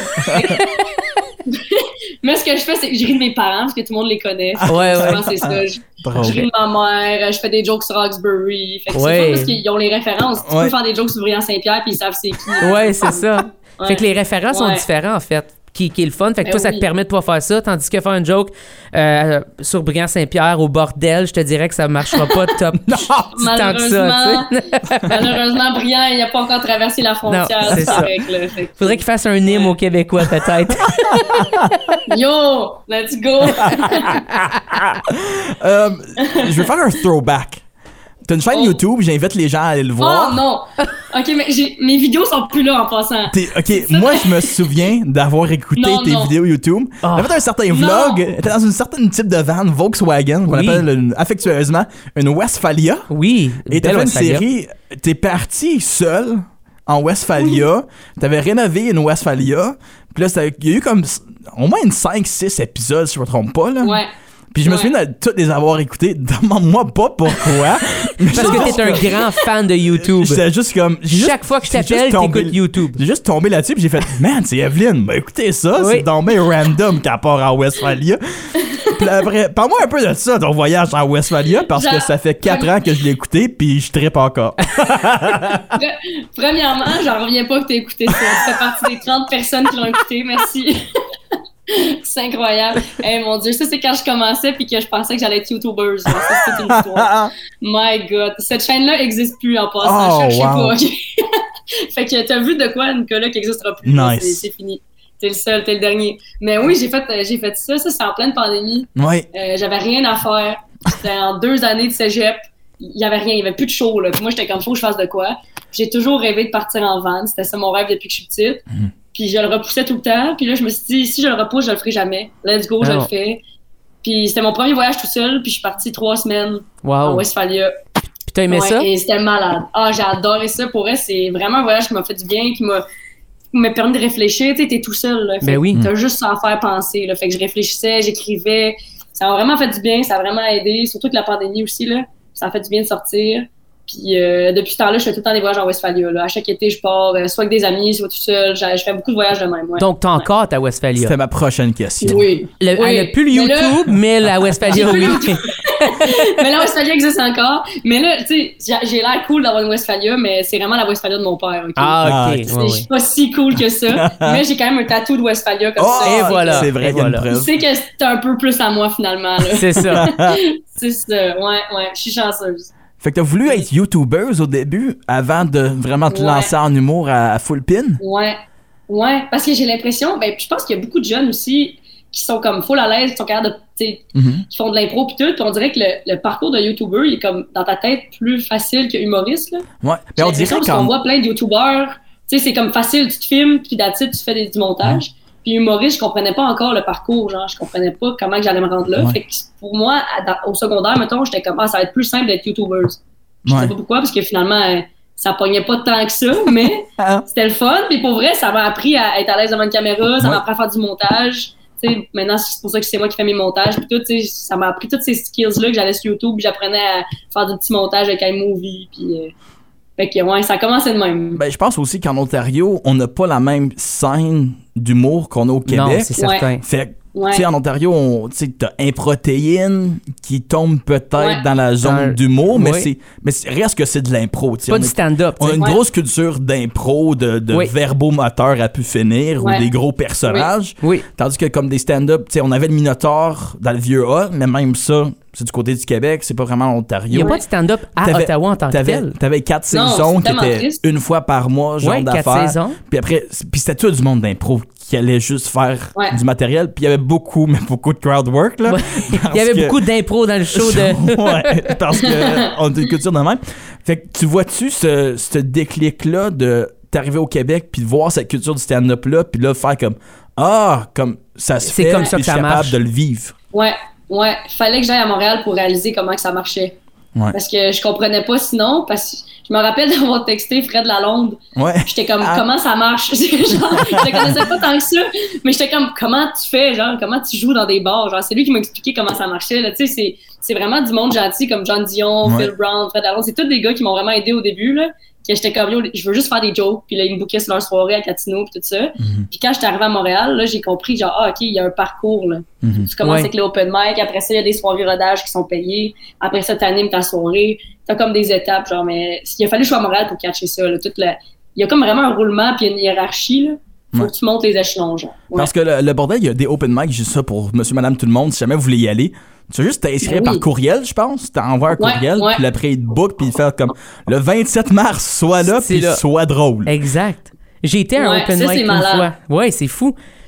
Mais ce que je fais, c'est que je ris de mes parents, parce que tout le monde les connaît. Ouais, ouais. C'est ça. Je, je ris de ma mère, je fais des jokes sur Roxbury. Fait que ouais. c'est fun parce qu'ils ont les références. Tu ouais. peux faire des jokes sur Brian Saint-Pierre, puis ils savent c'est qui. Ouais, c'est ça. Ouais. Fait que les références ouais. sont différentes, en fait. Qui, qui est le fun. Fait que ben toi, oui. ça te permet de pouvoir faire ça, tandis que faire une joke euh, sur Brian Saint-Pierre au bordel, je te dirais que ça marchera pas top non, tant que ça. Malheureusement, Brian, il n'a pas encore traversé la frontière. Non, c'est ça. Avec, là, fait que... Faudrait qu'il fasse un hymne ouais. aux Québécois, peut-être. Yo, let's go! euh, je vais faire un throwback. T'as une chaîne Oh. YouTube, j'invite les gens à aller le voir. Oh non! Ok, mais j'ai, mes vidéos sont plus là en passant. T'es- ok, moi je me souviens d'avoir écouté Non, tes non. vidéos YouTube. Oh. T'as fait un certain Non. vlog, t'es dans une certaine type de van Volkswagen, qu'on Oui. appelle une- affectueusement une Westphalia. Oui. Et t'as belle fait une Westphalia. série, t'es parti seul en Westphalia, t'avais rénové une Westphalia, puis là, il y a eu comme s- au moins une cinq six épisodes, si je me trompe pas, là. Ouais. Puis je me Ouais. souviens de tous les avoir écoutés. Demande-moi pas pourquoi. mais Parce que t'es un grand fan de YouTube. J'étais juste comme... j'ai juste- Chaque fois que je j'ai juste t'appelle, tombé- t'écoutes YouTube. J'ai juste tombé là-dessus puis j'ai fait « Man, c'est Evelyne, ben écoutez ça, Oui. c'est tombé random qu'à part en Westphalia. » Puis après, parle-moi un peu de ça, ton voyage en Westphalia, parce que Genre- ça fait quatre ans que je l'ai écouté puis je trippe encore. Pre- Premièrement, j'en reviens pas que t'aies écouté ça. Tu fais partie des trente personnes qui l'ont écouté. Merci. C'est incroyable. Eh mon Dieu, ça c'est quand je commençais puis que je pensais que j'allais être YouTubeuse. là. Ça, c'est toute une histoire. My God. Cette chaîne-là existe plus en passant. Oh, Cherchez wow. pas. ok? Fait que t'as vu de quoi, Nicolas, qui n'existera plus. là. Nice. C'est, c'est fini. T'es le seul, t'es le dernier. Mais oui, j'ai fait, euh, j'ai fait ça. Ça, c'est en pleine pandémie. Ouais. Euh, j'avais rien à faire. C'était en deux années de cégep. Il y avait rien, il y avait plus de show, là. Puis moi, j'étais comme, faut que je fasse de quoi. J'ai toujours rêvé de partir en van. C'était ça mon rêve depuis que je suis petite. Mhm. Puis je le repoussais tout le temps. Puis là, je me suis dit, si je le repousse, je le ferai jamais. Let's go, je Ah. le fais. Puis c'était mon premier voyage tout seul. Puis je suis partie trois semaines en Wow. Westphalia. Puis t'as aimé Ouais, ça? et c'était malade. Ah, j'ai adoré ça. Pour elle, c'est vraiment un voyage qui m'a fait du bien, qui m'a, qui m'a permis de réfléchir. Tu sais, t'es tout seul, là. Fait Ben oui. que T'as juste à en faire penser, là. Fait que je réfléchissais, j'écrivais. Ça m'a vraiment fait du bien. Ça a vraiment aidé. Surtout que la pandémie aussi, là. Ça a fait du bien de sortir. Puis euh, depuis ce temps-là, je fais tout le temps des voyages en Westphalia, là. À chaque été, je pars euh, soit avec des amis, soit tout seul. Je, je fais beaucoup de voyages de même, ouais. Donc t'as encore ta Westphalia. C'était ma prochaine question. Oui. Le- Oui. Elle a plus le Mais là- YouTube, mais la Westphalia, J'ai plus oui. le Mais la Westphalia existe encore. Mais là, tu sais, j'ai, j'ai l'air cool d'avoir une Westphalia, mais c'est vraiment la Westphalia de mon père, OK? Ah, Ah, ok. ok. C'est- Ouais, Je ouais. suis pas si cool que ça, mais j'ai quand même un tatou de Westphalia comme Oh, ça. Et voilà. C'est vrai Et qu'il y a une voilà. Je preuve. sais que c'est un peu plus à moi, finalement, là. C'est ça. C'est ça, ouais, ouais, je suis chanceuse. Fait que t'as voulu être YouTubeuse au début avant de vraiment te Ouais. lancer en humour à, à full pin? Ouais, ouais, parce que j'ai l'impression, ben, je pense qu'il y a beaucoup de jeunes aussi qui sont comme full à l'aise, qui sont capables de, tu sais, Mhm. qui font de l'impro pis tout, puis on dirait que le, le parcours de YouTuber, il est comme, dans ta tête, plus facile que humoriste, là. Ouais. J'ai Mais on l'impression dirait parce qu'on quand... voit plein de YouTubers, tu sais, c'est comme facile, tu te filmes, puis d'attitude, tu fais des, du montage. Puis humoriste, je comprenais pas encore le parcours, genre, je comprenais pas comment que j'allais me rendre là. Ouais. Fait que pour moi, à- dans- au secondaire, mettons, j'étais comme, ah, ça va être plus simple d'être YouTuber. Je Ouais. sais pas pourquoi, parce que finalement, euh, ça pognait pas tant que ça, mais Ah. c'était le fun. Puis pour vrai, ça m'a appris à être à l'aise devant une caméra, ça Ouais. m'a appris à faire du montage. Tu sais, maintenant, c'est pour ça que c'est moi qui fais mes montages. Puis tout, tu sais, ça m'a appris toutes ces skills-là que j'allais sur YouTube, puis j'apprenais à faire du petit montage avec iMovie. Puis, euh, fait que, ouais, ça a commencé de même. Ben, je pense aussi qu'en Ontario, on n'a pas la même scène d'humour qu'on a au Non, Québec. c'est certain. Fait que, Ouais. tu sais, en Ontario, on- tu sais, t'as Improtéine qui tombe peut-être Ouais. dans la zone Dans- d'humour, mais Oui. c'est mais c'est- reste que c'est de l'impro. tu sais. Pas On du est- stand-up. On a tu sais. une Ouais. grosse culture d'impro, de, de Oui. verbomoteur à pu finir, Ouais. ou des gros personnages. Oui. Tandis que comme des stand-up, tu sais, on avait le Minotaur dans le vieux A, mais même ça, c'est du côté du Québec, c'est pas vraiment Il n'y l'Ontario. a pas de stand-up à T'avais- Ottawa en tant que T'avais, tel. t'avais quatre Non, saisons c'est qui tellement étaient triste. une fois par mois, genre Ouais, quatre d'affaires. saisons. Puis après, c- puis c'était tout du monde d'impro qui allait juste faire Ouais. du matériel. Puis il y avait beaucoup, mais beaucoup de crowd work, là. Ouais. Parce Il y avait que- beaucoup d'impro dans le show de. ouais, parce que on a une culture de même. Fait que tu vois-tu ce, ce déclic-là de t'arriver au Québec puis de voir cette culture du stand-up-là puis là faire comme ah, comme ça se C'est fait comme ça puis que je suis ça capable marche. de le vivre. Ouais, ouais. Fallait que j'aille à Montréal pour réaliser comment que ça marchait. Ouais. Parce que je comprenais pas sinon, parce que je me rappelle d'avoir texté Fred Lalonde. Ouais. J'étais comme, Ah. comment ça marche? Genre, je le connaissais pas tant que ça, mais j'étais comme, comment tu fais, genre, comment tu joues dans des bars? Genre, c'est lui qui m'a expliqué comment ça marchait, là. Tu sais, c'est, c'est vraiment du monde gentil comme John Dion, Ouais. Phil Brown, Fred Lalonde. C'est tous des gars qui m'ont vraiment aidé au début, là. Que j'étais comme, yo, je veux juste faire des jokes, puis là, ils me bookaient sur leur soirée à Gatineau, puis tout ça. Mhm. Puis quand j'étais arrivée à Montréal, là, j'ai compris, genre, ah, OK, il y a un parcours, là. Mhm. Tu commences Ouais. avec les open mic, après ça, il y a des soirées rodage qui sont payées. Après ça, t'animes ta soirée. T'as comme des étapes, genre, mais il a fallu que je sois à Montréal pour catcher ça, là. Toute la... Il y a comme vraiment un roulement puis une hiérarchie, là. Faut Ouais. que tu montes les échelons, genre. Ouais. Parce que le, le bordel, il y a des open mic, juste ça pour monsieur, madame, tout le monde. Si jamais vous voulez y aller, tu veux juste t'inscrire Ben oui. par courriel, je pense. T'envoies un Ouais, courriel, ouais. puis après, il te book, puis il fait comme le vingt-sept mars, sois là, C'est puis là. sois drôle. Exact. J'ai été à un Ouais, open ça, mic c'est une malade. fois. Ouais, c'est fou.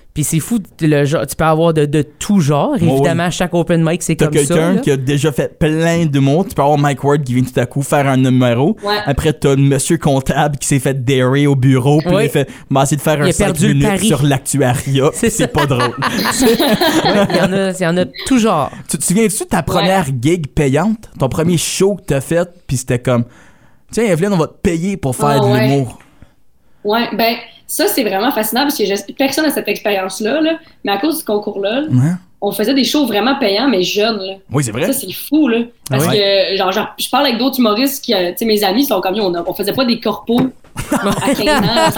Puis c'est fou, le genre, tu peux avoir de, de tout genre. Évidemment, oui. chaque open mic, c'est T'as comme ça. T'as quelqu'un qui a déjà fait plein d'humour. Tu peux avoir Mike Ward qui vient tout à coup faire un numéro. Ouais. Après, t'as le monsieur comptable qui s'est fait dairer au bureau. Puis oui. il a fait, m'a essayé de faire il un cinq minutes sur l'actuariat. C'est, c'est pas drôle. ouais, il, y en a, il y en a tout genre. Tu te souviens-tu de ta première ouais. gig payante? Ton premier show que t'as fait, puis c'était comme, tiens, Evelyne, on va te payer pour faire oh, de ouais. l'humour. Ouais, ben... Ça, c'est vraiment fascinant parce que je, personne n'a cette expérience-là, là, mais à cause du concours-là, ouais. on faisait des shows vraiment payants, mais jeunes. Là. Oui, c'est vrai. Ça, c'est fou, là. Parce ouais. que, genre, genre, je parle avec d'autres humoristes qui, tu sais, mes amis sont comme, on, on faisait pas des corpos à quinze ans,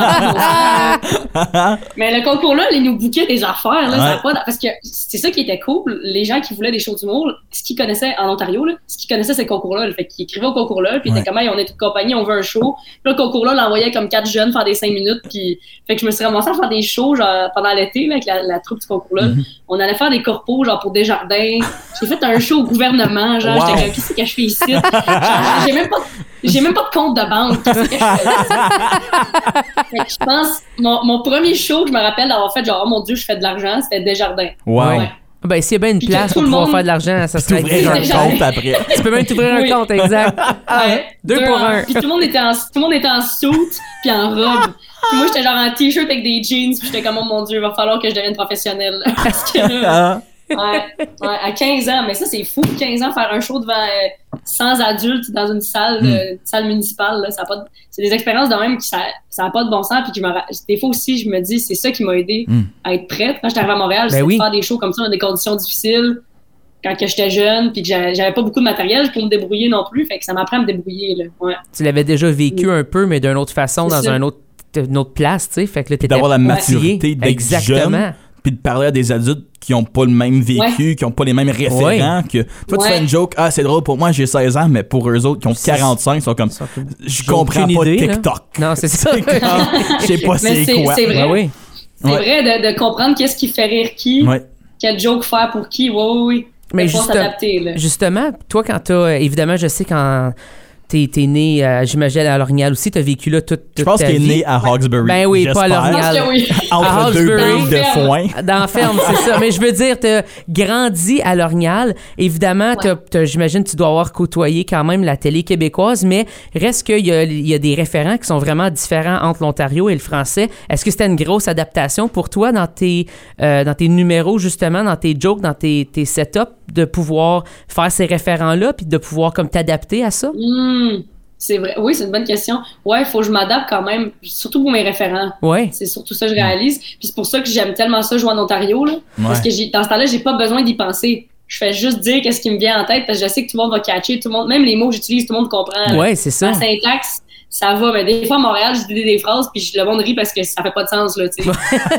sans mais le concours-là, ils nous bouquaient des affaires, là, ouais. ça pas, parce que c'est ça qui était cool. Les gens qui voulaient des shows d'humour, ce qu'ils connaissaient en Ontario, là, ce qu'ils connaissaient, c'est le concours-là. Là, fait qu'ils écrivaient au concours-là, puis ils étaient comme, hey, on est toute compagnie, on veut un show. Puis là, le concours-là, l'envoyait comme quatre jeunes faire des cinq minutes, puis fait que je me suis ramassée à faire des shows, genre, pendant l'été, là, avec la, la troupe du concours-là. Mm-hmm. On allait faire des corpos, genre, pour Desjardins. J'ai fait un show au gouvernement, genre, wow. j'étais comme, qu'est-ce que je fais ici? Genre, j'ai même pas, j'ai même pas de compte de banque. Qu'est-ce que je fais? Fait que je pense, mon, mon premier show que je me rappelle d'avoir fait, genre, oh mon Dieu, je fais de l'argent, c'était Desjardins. Wow. Ouais. Ben, s'il y a bien une puis place pour pouvoir monde... faire de l'argent, ça serait ouvrir un compte après. Tu peux même t'ouvrir oui. un compte, exact. Ah, ouais. Deux, deux pour un. un. Puis tout le monde était en, tout le monde était en suit puis en robe. Puis moi, j'étais genre en t-shirt avec des jeans, puis j'étais comme, oh mon Dieu, il va falloir que je devienne professionnelle. Parce que là, ouais, ouais, à quinze ans, mais ça, c'est fou, quinze ans, faire un show devant euh, cent adultes dans une salle, mm. euh, salle municipale, là, ça a pas de, c'est des expériences de même qui ça, ça a pas de bon sens, puis que je me, des fois aussi, je me dis, c'est ça qui m'a aidé mm. à être prête. Quand j'étais arrivée à Montréal, ben c'était oui. de faire des shows comme ça dans des conditions difficiles, quand que j'étais jeune, puis que j'avais, j'avais pas beaucoup de matériel pour me débrouiller non plus, fait que ça m'apprend à me débrouiller, là. Ouais. Tu l'avais déjà vécu mm. un peu, mais d'une autre façon, c'est dans ça. un autre, une autre place, tu sais, fait que là, t'étais d'avoir la maturité ouais. d'être Exactement. jeune. Puis de parler à des adultes qui ont pas le même vécu, ouais. qui ont pas les mêmes référents, ouais. que toi tu ouais. fais une joke, ah c'est drôle pour moi j'ai seize ans, mais pour eux autres qui ont quarante-cinq ils sont comme, je comprends pas idée, TikTok. Là. Non c'est ça. Je sais pas c'est, c'est quoi. C'est vrai, ben oui. c'est ouais. vrai de, de comprendre qu'est-ce qui fait rire qui, ouais. quel joke faire pour qui, oui oui oui. Mais juste, justement, toi quand t'as, évidemment je sais quand T'es, t'es né, euh, j'imagine, à L'Orignal aussi. T'as vécu là toute, toute Je pense ta qu'il est vie. né à Hawkesbury. Ben oui, j'espère. pas à L'Orignal. Oui. Entre à deux billes de foin. Dans la ferme, c'est ça. Mais je veux dire, t'as grandi à L'Orignal. Évidemment, t'as, t'as, j'imagine tu dois avoir côtoyé quand même la télé québécoise, mais reste qu'il y a, il y a des référents qui sont vraiment différents entre l'Ontario et le français. Est-ce que c'était une grosse adaptation pour toi dans tes, euh, dans tes numéros, justement, dans tes jokes, dans tes, tes setups, de pouvoir faire ces référents-là puis de pouvoir comme t'adapter à ça? Mmh. C'est vrai. Oui, c'est une bonne question. Ouais, il faut que je m'adapte quand même, surtout pour mes référents. Ouais. C'est surtout ça que je réalise. Puis c'est pour ça que j'aime tellement ça jouer en Ontario, là. Ouais. Parce que j'ai, dans ce temps-là, j'ai pas besoin d'y penser. Je fais juste dire qu'est-ce qui me vient en tête parce que je sais que tout le monde va catcher, tout le monde, même les mots que j'utilise, tout le monde comprend. Ouais, c'est ça. La syntaxe, ça va. Mais des fois, à Montréal, je dis des phrases puis le monde rit parce que ça fait pas de sens, là, tu sais.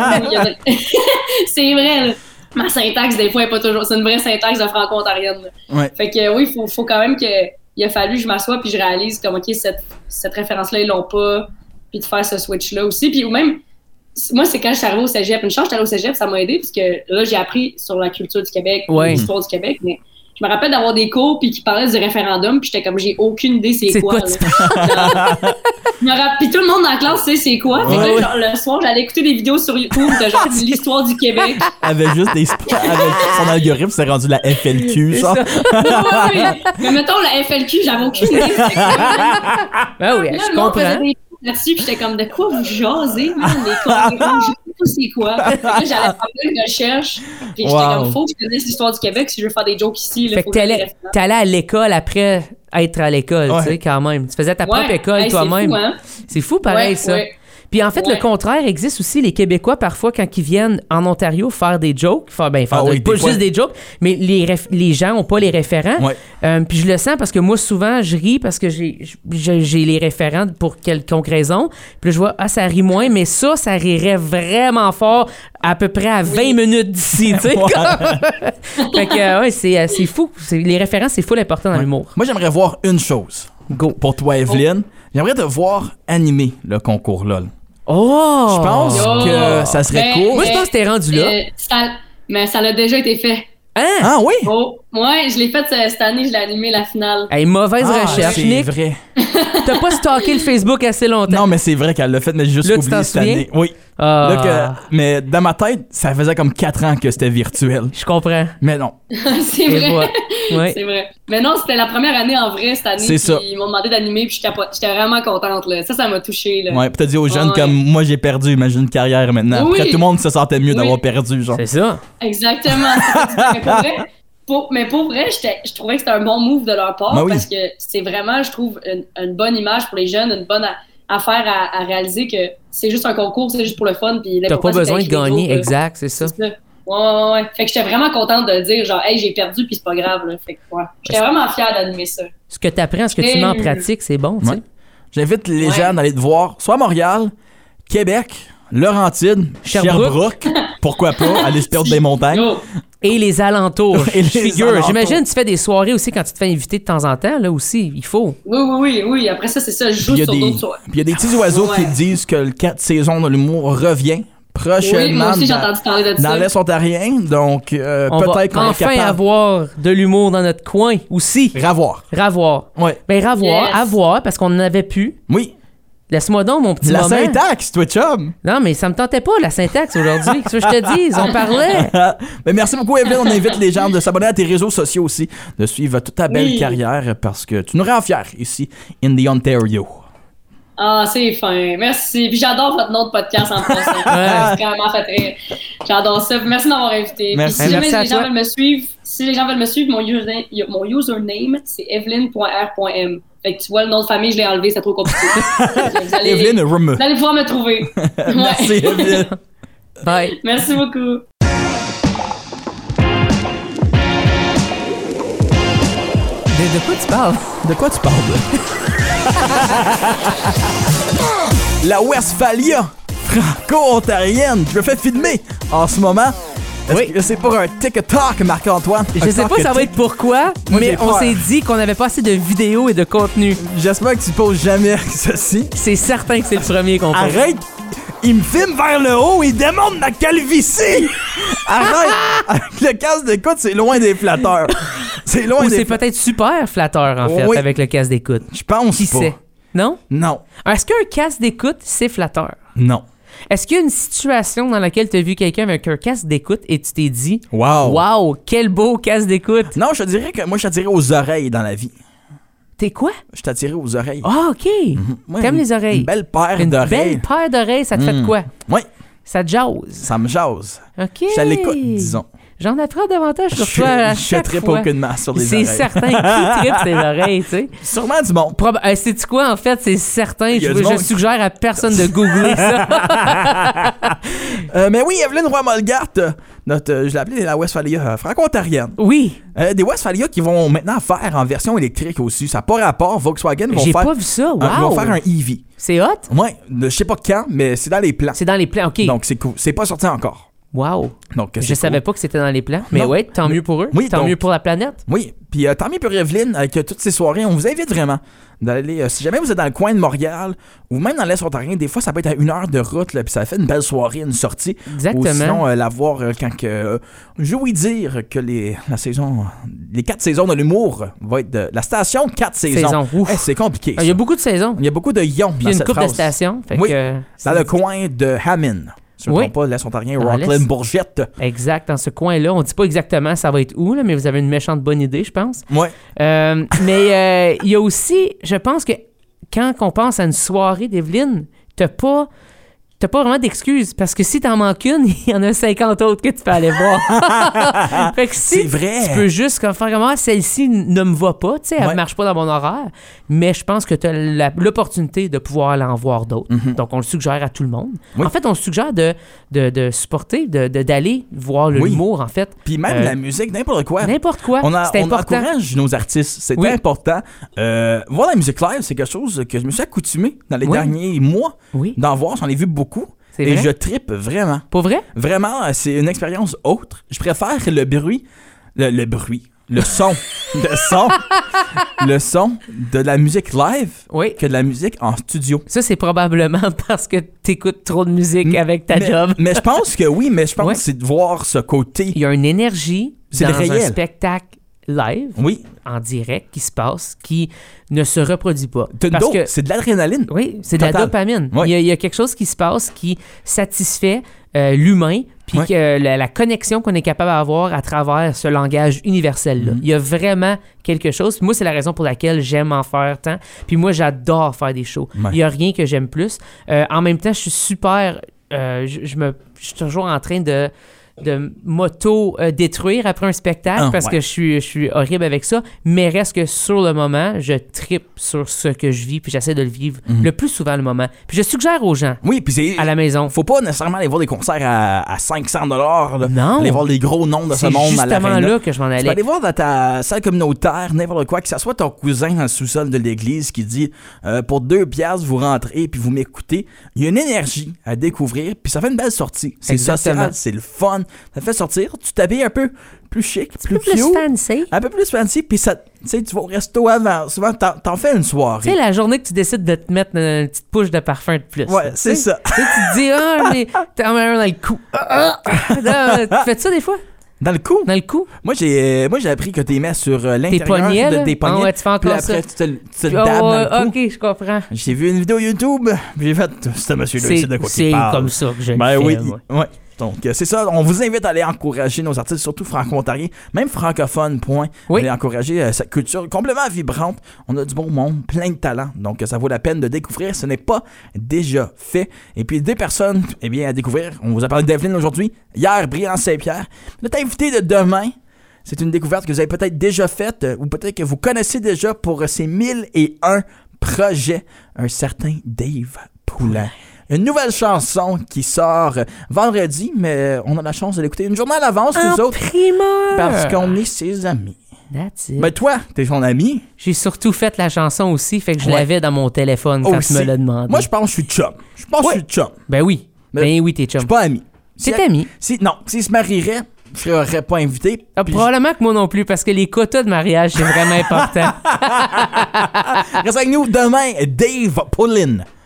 C'est vrai, là. Ma syntaxe, des fois, est pas toujours. C'est une vraie syntaxe de franco-ontarienne. Ouais. Fait que oui, il faut, faut quand même que. Il a fallu que je m'assoie puis je réalise comme, OK, cette, cette référence-là, ils l'ont pas. Puis de faire ce switch-là aussi. Puis ou même, moi, c'est quand je suis arrivée au cégep. Une chance, je suis allée au cégep, ça m'a aidé parce que là, j'ai appris sur la culture du Québec, ouais. l'histoire du Québec. Mais je me rappelle d'avoir des cours puis qui parlaient du référendum puis j'étais comme, j'ai aucune idée c'est, c'est quoi. quoi genre, je me rappelle, puis tout le monde dans la classe sait c'est quoi. Fait que là, genre, le soir, j'allais écouter des vidéos sur YouTube de genre l'histoire du Québec. Avec juste des avec son algorithme, c'est rendu la F L Q, genre. Oui, oui. Mais mettons la F L Q, j'avais aucune idée. Ben oui, là, je comprends. Là-dessus, puis j'étais comme, de quoi vous jasez, man, les congrès, je sais pas c'est quoi. Là, j'allais faire une recherche, puis wow. J'étais comme, faut que je connaisse l'histoire du Québec si je veux faire des jokes ici. Là, fait que t'allais, t'allais à l'école après être à l'école, ouais. Tu sais, quand même. Tu faisais ta propre ouais. école hey, toi-même. C'est fou, hein? C'est fou, pareil, ouais, ça. Ouais. Puis en fait, ouais. le contraire existe aussi. Les Québécois, parfois, quand ils viennent en Ontario faire des jokes, faire, ben, faire ah, de, oui, pas juste fois. des jokes, mais les, ref, les gens n'ont pas les référents. Ouais. Euh, puis je le sens parce que moi, souvent, je ris parce que j'ai, j'ai, j'ai les référents pour quelconque raison. Puis là, je vois, ah, ça rit moins, mais ça, ça rirait vraiment fort à peu près à vingt oui. minutes d'ici, tu sais. Fait que, ouais, c'est, c'est fou. C'est, les référents, c'est full important dans ouais. l'humour. Moi, j'aimerais voir une chose. Go. Pour toi, Evelyne. Oh. J'aimerais te voir animer le concours L O L. Oh! Je pense oh. que ça serait mais, cool. Moi, je pense que t'es rendu là. Euh, ça, mais ça l'a déjà été fait. Hein? Ah oui? Oh, ouais, je l'ai fait cette année, je l'ai animé la finale. Hey, mauvaise ah, recherche, c'est Nick. Vrai. T'as pas stalké le Facebook assez longtemps. Non, mais c'est vrai qu'elle l'a fait, mais j'ai juste là, oublié cette année. Oui. Ah. Là que, mais dans ma tête, ça faisait comme quatre ans que c'était virtuel. Je comprends. Mais non. C'est Et vrai. voilà. Ouais. C'est vrai. Mais non, c'était la première année en vrai cette année. C'est ça. Ils m'ont demandé d'animer puis j'étais j'étais vraiment contente. Là. Ça, ça m'a touchée. Là. Ouais, puis t'as dit aux jeunes Ouais. comme moi j'ai perdu, imagine une carrière maintenant. Oui. Après tout le monde se sentait mieux Oui. d'avoir perdu, genre. C'est ça. Exactement. mais pour vrai, pour, mais pour vrai j'étais- je trouvais que c'était un bon move de leur part Ben oui. parce que c'est vraiment, je trouve, une, une bonne image pour les jeunes, une bonne a- affaire à, à réaliser que c'est juste un concours, c'est juste pour le fun. Puis T'as l'important, pas c'est besoin de d'être gagner, les autres, exact, c'est ça. C'est ça. Ouais, ouais, ouais. Fait que j'étais vraiment contente de dire, genre, hey, j'ai perdu, puis c'est pas grave, là. Fait que, ouais. J'étais vraiment fière d'animer ça. Ce que t'apprends, ce que tu mets en pratique, c'est bon, tu sais. Ouais. J'invite les Ouais. gens à aller te voir, soit à Montréal, Québec, Laurentides, Sherbrooke. Sherbrooke, pourquoi pas, aller se perdre des montagnes. Yo. Et les alentours. Et les Je figure. alentours. J'imagine que tu fais des soirées aussi quand tu te fais inviter de temps en temps, là aussi. Il faut. Oui, oui, oui, oui. Après ça, c'est ça, je Puis joue il y a sur des, d'autres soirs. puis il y a des petits oiseaux Ouais. qui disent que le quatre saisons de l'humour revient prochainement Oui, moi aussi, j'ai dans, entendu parler de dans ça. l'Est ontarien, donc euh, On va peut-être qu'on est enfin capable avoir de l'humour dans notre coin aussi. ravoir. Ravoir. Ouais. Ben, ravoir, Yes. avoir, parce qu'on en avait plus. Oui, Laisse-moi donc mon petit la moment. syntaxe, toi chum. Non, mais ça me tentait pas, la syntaxe, aujourd'hui. Qu'est-ce que je te dis? On parlait. Ben, merci beaucoup, Evelyne. On invite les gens de s'abonner à tes réseaux sociaux aussi, de suivre toute ta belle Oui. carrière parce que tu nous rends fiers ici, in the Ontario. Ah, c'est fin. Merci. Puis j'adore votre nom de podcast en passant. C'est vraiment fait rire. J'adore ça. Puis merci de m'avoir invité. Merci. Puis si jamais Merci à les gens toi. veulent me suivre, si les gens veulent me suivre, mon username, mon username c'est evelyn point r point m. Fait que tu vois, le nom de famille, je l'ai enlevé, c'est trop compliqué. vous, allez, Evelyne Rumme. vous allez pouvoir me trouver. Ouais. Merci, Evelyne. Bye. Merci beaucoup. De, de quoi tu parles? De quoi tu parles? La Westphalia franco-ontarienne. Je me fais filmer en ce moment. Est-ce Oui. que c'est pour un TikTok, Marc-Antoine? Je sais pas ça va être pourquoi, Moi, j'ai mais on peur. s'est dit qu'on avait pas assez de vidéos et de contenu. J'espère que tu poses jamais ceci. C'est certain que c'est le premier qu'on fait. Arrête! Il me filme vers le haut, il démontre ma calvitie! Arrête! Avec le casque d'écoute, c'est loin des flatteurs. C'est loin Ou des c'est flatteurs. peut-être super flatteur, en fait, Oui. avec le casque d'écoute. Je pense Qui pas. sait? Non? Non. Est-ce qu'un casque d'écoute, c'est flatteur? Non. Est-ce qu'il y a une situation dans laquelle tu as vu quelqu'un avec un casque d'écoute et tu t'es dit Wow. Wow, quel beau casque d'écoute! Non, je te dirais que moi, je t'attirais aux oreilles dans la vie. T'es quoi? Je t'attirais aux oreilles. Ah, OK! Ouais, T'aimes une- les oreilles? Une belle paire Une d'oreilles. belle paire d'oreilles, ça te fait de Mm. quoi? Oui, Ça te jase. ça me jase. OK. Je suis à l'écoute, disons. J'en apprends davantage sur Je toi à je chaque trippe fois. aucunement sur les C'est oreilles. certain. Qui tripe ses oreilles, tu sais? Sûrement du monde. Proba- euh, sais-tu quoi, en fait? C'est certain. Il y Je, a du je monde. suggère à personne de googler ça. Euh, mais oui, Evelyne Roy-Molgart, euh, notre, euh, je l'ai appelée la Westphalia euh, franco-ontarienne. Oui. Euh, des Westphalia qui vont maintenant faire en version électrique aussi. Ça n'a pas rapport. Volkswagen vont J'ai faire, pas vu ça. un- ils vont Wow. faire un E V. C'est hot? Ouais, de- je sais pas quand, mais c'est dans les plans. C'est dans les plans. OK. Donc c'est cool. C'est pas sorti encore. Wow. Donc Je c'est savais cool. pas que c'était dans les plans. Mais Non. ouais, tant mieux pour eux. Oui, tant donc- mieux pour la planète. Oui, puis euh, tant mieux pour Evelyne avec euh, toutes ces soirées. On vous invite vraiment d'aller. euh, si jamais vous êtes dans le coin de Montréal ou même dans l'Est ontarien, des fois ça peut être à une heure de route, là, puis ça fait une belle soirée, une sortie. Exactement. Ou sinon euh, la voir euh, quand que. euh, je oui dire que les, la saison, les quatre saisons de l'humour va être de la station quatre saisons. Saison, ouf. Eh, c'est compliqué. Ah, il y a ça. beaucoup de saisons. Il y a beaucoup de ions Puis dans il y a une cette couple de phrase. stations. Fait Oui. que, euh, Dans c'est- le coin de Hammond. Si je ne me Oui. trompe pas, l'Est ontarien, Dans Rockland, l'Est. Bourgette. Exact, dans ce coin-là. On dit pas exactement ça va être où, là, mais vous avez une méchante bonne idée, je pense. Ouais. Euh, mais euh, il y a aussi, je pense que quand on pense à une soirée d'Evelyne, t'as pas, t'as pas vraiment d'excuses. Parce que si t'en manques une, il y en a cinquante autres que tu peux aller voir. Fait que si C'est vrai. tu peux juste comme faire comme ah, celle-ci ne me va pas, tu sais, elle Ouais. marche pas dans mon horaire. Mais je pense que tu as l'opportunité de pouvoir aller en voir d'autres. Mhm. Donc on le suggère à tout le monde. Oui. En fait, on le suggère de, de, de supporter, de, de- d'aller voir le Oui. l'humour, en fait. Puis même Euh, la musique, n'importe quoi. N'importe quoi. On, a, c'est on important. encourage nos artistes. C'est Oui. important. Euh, voir la musique live, c'est quelque chose que je me suis accoutumé dans les Oui. derniers mois Oui, d'en voir. J'en ai vu beaucoup. c'est Et vrai. je trippe vraiment. Pas vrai? Vraiment, euh, c'est une expérience autre. Je préfère le bruit. Le, le bruit. Le son. le son. Le son de la musique live Oui. que de la musique en studio. Ça, c'est probablement parce que t'écoutes trop de musique M- avec ta mais, job. Mais je pense que oui, mais je pense Ouais. que c'est de voir ce côté. Il y a une énergie C'est dans le un réel. spectacle live, oui. en direct, qui se passe, qui ne se reproduit pas. T'as une Parce dose, que, c'est de l'adrénaline. oui, c'est de la Total. dopamine. Oui. Il, y a, il y a quelque chose qui se passe qui satisfait euh, l'humain, puis Oui. que la, la connexion qu'on est capable d'avoir à travers ce langage universel-là. Mm-hmm. Il y a vraiment quelque chose. Moi, c'est la raison pour laquelle j'aime en faire tant. Puis moi, j'adore faire des shows. Ouais. Il n'y a rien que j'aime plus. Euh, en même temps, je suis super... Euh, je, je me, je suis toujours en train de... de m'auto-détruire après un spectacle Ah, parce ouais. que je suis, je suis horrible avec ça, mais reste que sur le moment, je trippe sur ce que je vis puis j'essaie de le vivre Mhm. le plus souvent le moment. Puis je suggère aux gens Oui, puis c'est... à la maison. Faut pas nécessairement aller voir des concerts à, à cinq cents dollars. Non. Aller voir les gros noms de ce C'est monde à justement l'aréna. là que je m'en Tu peux allais. aller voir dans ta salle communautaire, n'importe quoi, que ça soit ton cousin dans le sous-sol de l'église qui dit euh, pour deux piastres, vous rentrez puis vous m'écoutez. Il y a une énergie à découvrir, puis ça fait une belle sortie. C'est Exactement. social, c'est le fun. Ça te fait sortir, tu t'habilles un peu plus chic, plus, Un peu plus cute, fancy. un peu plus fancy, puis ça, tu sais, tu vas au resto avant. Souvent, t'en, t'en fais une soirée. Tu sais, la journée que tu décides de te mettre une petite couche de parfum de plus. Ouais, là, c'est tu sais. ça. Tu sais, tu te dis, ah, mais t'en mets un dans le cou. Ah, ah. Là, tu fais ça des fois? Dans le cou, Dans le cou? moi j'ai, moi j'ai appris que tu mets sur euh, Tes l'intérieur poignets, de là? tes poignets. Ah ouais, tu fais Puis encore après, ça. tu te, tu te Oh, dabs dans le cou. ok, je comprends. J'ai vu une vidéo YouTube, puis j'ai fait, ce monsieur-là, C'est c'est de quoi qu'il c'est parle. comme ça que je Ben le fais, oui, moi. ouais. Donc, euh, c'est ça. On vous invite à aller encourager nos artistes, surtout franco-ontariens, même francophones, point. Oui. Aller encourager euh, cette culture complètement vibrante. On a du bon monde, plein de talent. Donc, euh, ça vaut la peine de découvrir. Ce n'est pas déjà fait. Et puis, deux personnes, eh bien, à découvrir. On vous a parlé d'Evelyne aujourd'hui. Hier, Brian Saint-Pierre. Notre invité de demain, c'est une découverte que vous avez peut-être déjà faite euh, ou peut-être que vous connaissez déjà pour euh, ces mille et un projets. Un certain Dave Poulin. Une nouvelle chanson qui sort euh, vendredi, mais euh, on a la chance de l'écouter une journée à l'avance, En nous autres, primeur! parce qu'on est ses amis. That's it. Mais toi, t'es son ami. J'ai surtout fait la chanson aussi, fait que je Ouais. l'avais dans mon téléphone quand Aussi. tu me l'as demandé. Moi, je pense que je suis chum. Je pense que Ouais. je suis chum. Ben oui. Mais- Ben oui, t'es Je chum. suis pas ami. Si- T'es ami. Si, non, s'il se marierait, je serais pas invité. Ah, Puis probablement que moi non plus, parce que les quotas de mariage, c'est vraiment important. je- Reste avec nous demain, Dave Poulin.